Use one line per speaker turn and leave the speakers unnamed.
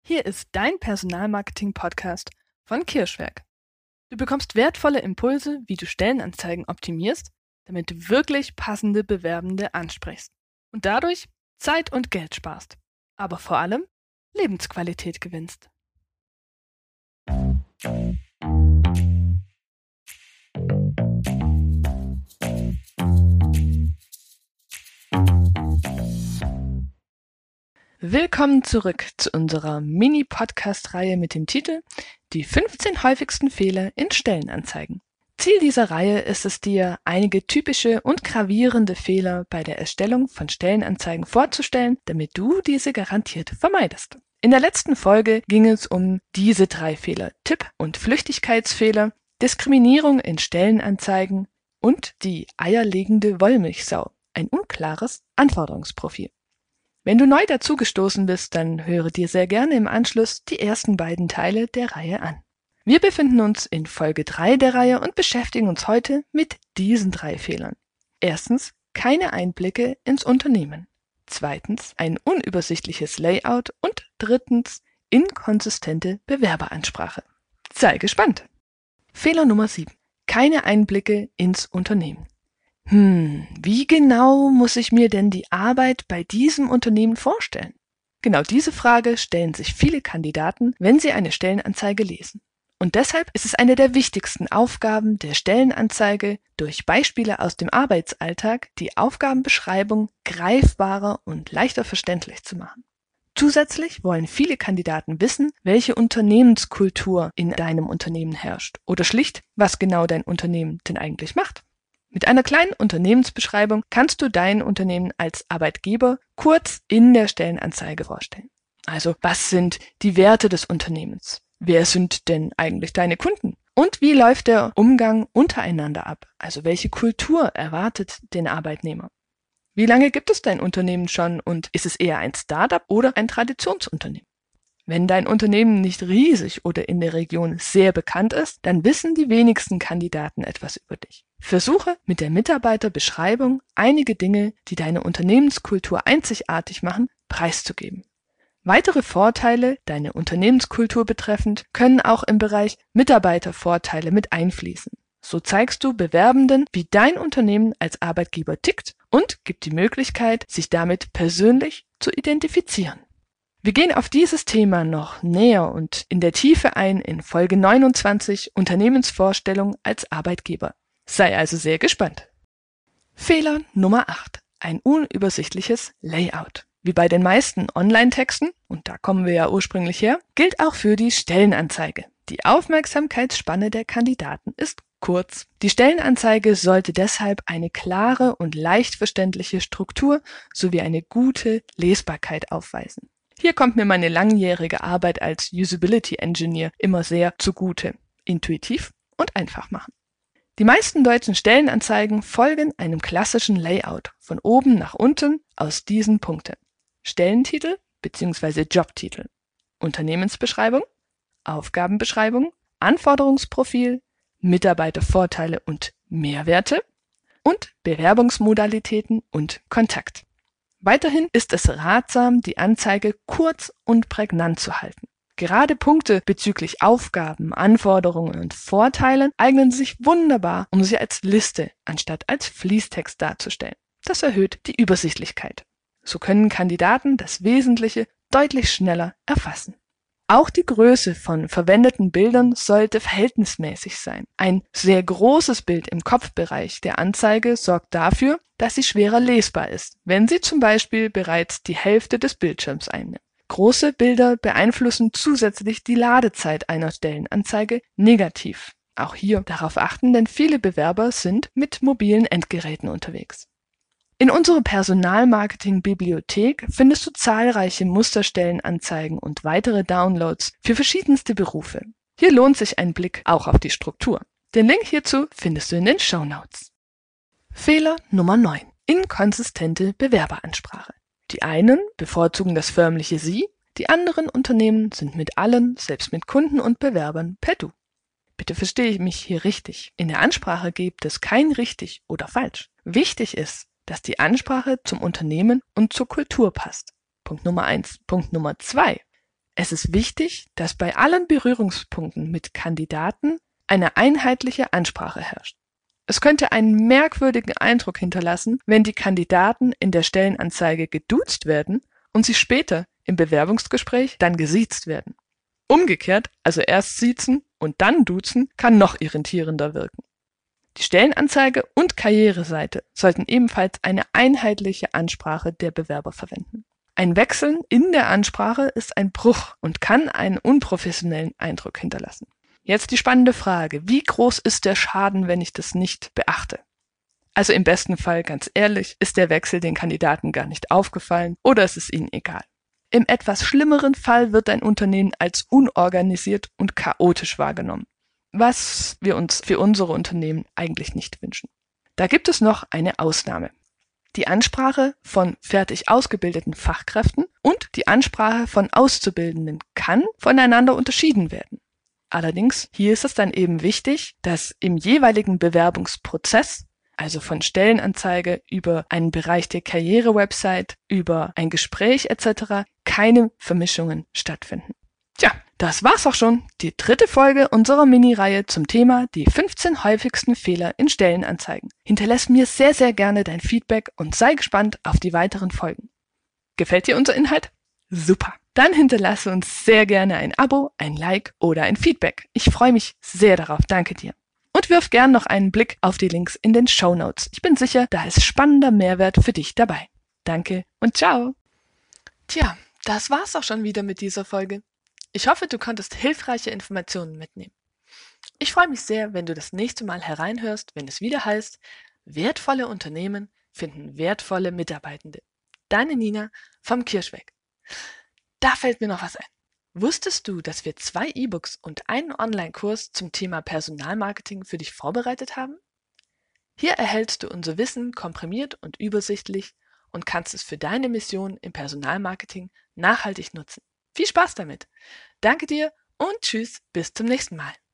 Hier ist dein Personalmarketing-Podcast von Kirschwerk. Du bekommst wertvolle Impulse, wie du Stellenanzeigen optimierst, damit du wirklich passende Bewerbende ansprichst und dadurch Zeit und Geld sparst, aber vor allem Lebensqualität gewinnst. Willkommen zurück zu unserer Mini-Podcast-Reihe mit dem Titel Die 15 häufigsten Fehler in Stellenanzeigen. Ziel dieser Reihe ist es dir, einige typische und gravierende Fehler bei der Erstellung von Stellenanzeigen vorzustellen, damit du diese garantiert vermeidest. In der letzten Folge ging es um diese 3 Fehler: Tipp- und Flüchtigkeitsfehler, Diskriminierung in Stellenanzeigen und die eierlegende Wollmilchsau, ein unklares Anforderungsprofil. Wenn du neu dazugestoßen bist, dann höre dir sehr gerne im Anschluss die ersten beiden Teile der Reihe an. Wir befinden uns in Folge 3 der Reihe und beschäftigen uns heute mit diesen 3 Fehlern. Erstens, keine Einblicke ins Unternehmen. Zweitens, ein unübersichtliches Layout. Und drittens, inkonsistente Bewerberansprache. Sei gespannt! Fehler Nummer 7. Keine Einblicke ins Unternehmen. Wie genau muss ich mir denn die Arbeit bei diesem Unternehmen vorstellen? Genau diese Frage stellen sich viele Kandidaten, wenn sie eine Stellenanzeige lesen. Und deshalb ist es eine der wichtigsten Aufgaben der Stellenanzeige, durch Beispiele aus dem Arbeitsalltag die Aufgabenbeschreibung greifbarer und leichter verständlich zu machen. Zusätzlich wollen viele Kandidaten wissen, welche Unternehmenskultur in deinem Unternehmen herrscht oder schlicht, was genau dein Unternehmen denn eigentlich macht. Mit einer kleinen Unternehmensbeschreibung kannst du dein Unternehmen als Arbeitgeber kurz in der Stellenanzeige vorstellen. Also, was sind die Werte des Unternehmens? Wer sind denn eigentlich deine Kunden? Und wie läuft der Umgang untereinander ab? Also, welche Kultur erwartet den Arbeitnehmer? Wie lange gibt es dein Unternehmen schon und ist es eher ein Startup oder ein Traditionsunternehmen? Wenn dein Unternehmen nicht riesig oder in der Region sehr bekannt ist, dann wissen die wenigsten Kandidaten etwas über dich. Versuche mit der Mitarbeiterbeschreibung einige Dinge, die deine Unternehmenskultur einzigartig machen, preiszugeben. Weitere Vorteile, deine Unternehmenskultur betreffend, können auch im Bereich Mitarbeitervorteile mit einfließen. So zeigst du Bewerbenden, wie dein Unternehmen als Arbeitgeber tickt und gib die Möglichkeit, sich damit persönlich zu identifizieren. Wir gehen auf dieses Thema noch näher und in der Tiefe ein in Folge 29 Unternehmensvorstellung als Arbeitgeber. Sei also sehr gespannt. Fehler Nummer 8. Ein unübersichtliches Layout. Wie bei den meisten Online-Texten, und da kommen wir ja ursprünglich her, gilt auch für die Stellenanzeige. Die Aufmerksamkeitsspanne der Kandidaten ist kurz. Die Stellenanzeige sollte deshalb eine klare und leicht verständliche Struktur sowie eine gute Lesbarkeit aufweisen. Hier kommt mir meine langjährige Arbeit als Usability Engineer immer sehr zugute. Intuitiv und einfach machen. Die meisten deutschen Stellenanzeigen folgen einem klassischen Layout von oben nach unten aus diesen Punkten: Stellentitel bzw. Jobtitel, Unternehmensbeschreibung, Aufgabenbeschreibung, Anforderungsprofil, Mitarbeitervorteile und Mehrwerte und Bewerbungsmodalitäten und Kontakt. Weiterhin ist es ratsam, die Anzeige kurz und prägnant zu halten. Gerade Punkte bezüglich Aufgaben, Anforderungen und Vorteilen eignen sich wunderbar, um sie als Liste anstatt als Fließtext darzustellen. Das erhöht die Übersichtlichkeit. So können Kandidaten das Wesentliche deutlich schneller erfassen. Auch die Größe von verwendeten Bildern sollte verhältnismäßig sein. Ein sehr großes Bild im Kopfbereich der Anzeige sorgt dafür, dass sie schwerer lesbar ist, wenn sie zum Beispiel bereits die Hälfte des Bildschirms einnimmt. Große Bilder beeinflussen zusätzlich die Ladezeit einer Stellenanzeige negativ. Auch hier darauf achten, denn viele Bewerber sind mit mobilen Endgeräten unterwegs. In unserer Personalmarketing-Bibliothek findest du zahlreiche Musterstellenanzeigen und weitere Downloads für verschiedenste Berufe. Hier lohnt sich ein Blick auch auf die Struktur. Den Link hierzu findest du in den Shownotes. Fehler Nummer 9. Inkonsistente Bewerberansprache. Die einen bevorzugen das förmliche Sie, die anderen Unternehmen sind mit allen, selbst mit Kunden und Bewerbern, per Du. Bitte verstehe mich hier richtig. In der Ansprache gibt es kein richtig oder falsch. Wichtig ist, dass die Ansprache zum Unternehmen und zur Kultur passt. Punkt Nummer 1. Punkt Nummer 2. Es ist wichtig, dass bei allen Berührungspunkten mit Kandidaten eine einheitliche Ansprache herrscht. Es könnte einen merkwürdigen Eindruck hinterlassen, wenn die Kandidaten in der Stellenanzeige geduzt werden und sie später im Bewerbungsgespräch dann gesiezt werden. Umgekehrt, also erst siezen und dann duzen, kann noch irritierender wirken. Die Stellenanzeige und Karriereseite sollten ebenfalls eine einheitliche Ansprache der Bewerber verwenden. Ein Wechseln in der Ansprache ist ein Bruch und kann einen unprofessionellen Eindruck hinterlassen. Jetzt die spannende Frage: Wie groß ist der Schaden, wenn ich das nicht beachte? Also im besten Fall, ganz ehrlich, ist der Wechsel den Kandidaten gar nicht aufgefallen oder es ist ihnen egal. Im etwas schlimmeren Fall wird ein Unternehmen als unorganisiert und chaotisch wahrgenommen, was wir uns für unsere Unternehmen eigentlich nicht wünschen. Da gibt es noch eine Ausnahme. Die Ansprache von fertig ausgebildeten Fachkräften und die Ansprache von Auszubildenden kann voneinander unterschieden werden. Allerdings, hier ist es dann eben wichtig, dass im jeweiligen Bewerbungsprozess, also von Stellenanzeige über einen Bereich der Karrierewebsite, über ein Gespräch etc., keine Vermischungen stattfinden. Tja, das war's auch schon. Die 3. Folge unserer Mini-Reihe zum Thema die 15 häufigsten Fehler in Stellenanzeigen. Hinterlass mir sehr, sehr gerne dein Feedback und sei gespannt auf die weiteren Folgen. Gefällt dir unser Inhalt? Super! Dann hinterlasse uns sehr gerne ein Abo, ein Like oder ein Feedback. Ich freue mich sehr darauf. Danke dir. Und wirf gern noch einen Blick auf die Links in den Shownotes. Ich bin sicher, da ist spannender Mehrwert für dich dabei. Danke und ciao! Tja, das war's auch schon wieder mit dieser Folge. Ich hoffe, du konntest hilfreiche Informationen mitnehmen. Ich freue mich sehr, wenn du das nächste Mal hereinhörst, wenn es wieder heißt, wertvolle Unternehmen finden wertvolle Mitarbeitende. Deine Nina vom Kirschweg. Da fällt mir noch was ein. Wusstest du, dass wir 2 E-Books und einen Online-Kurs zum Thema Personalmarketing für dich vorbereitet haben? Hier erhältst du unser Wissen komprimiert und übersichtlich und kannst es für deine Mission im Personalmarketing nachhaltig nutzen. Viel Spaß damit! Danke dir und tschüss, bis zum nächsten Mal.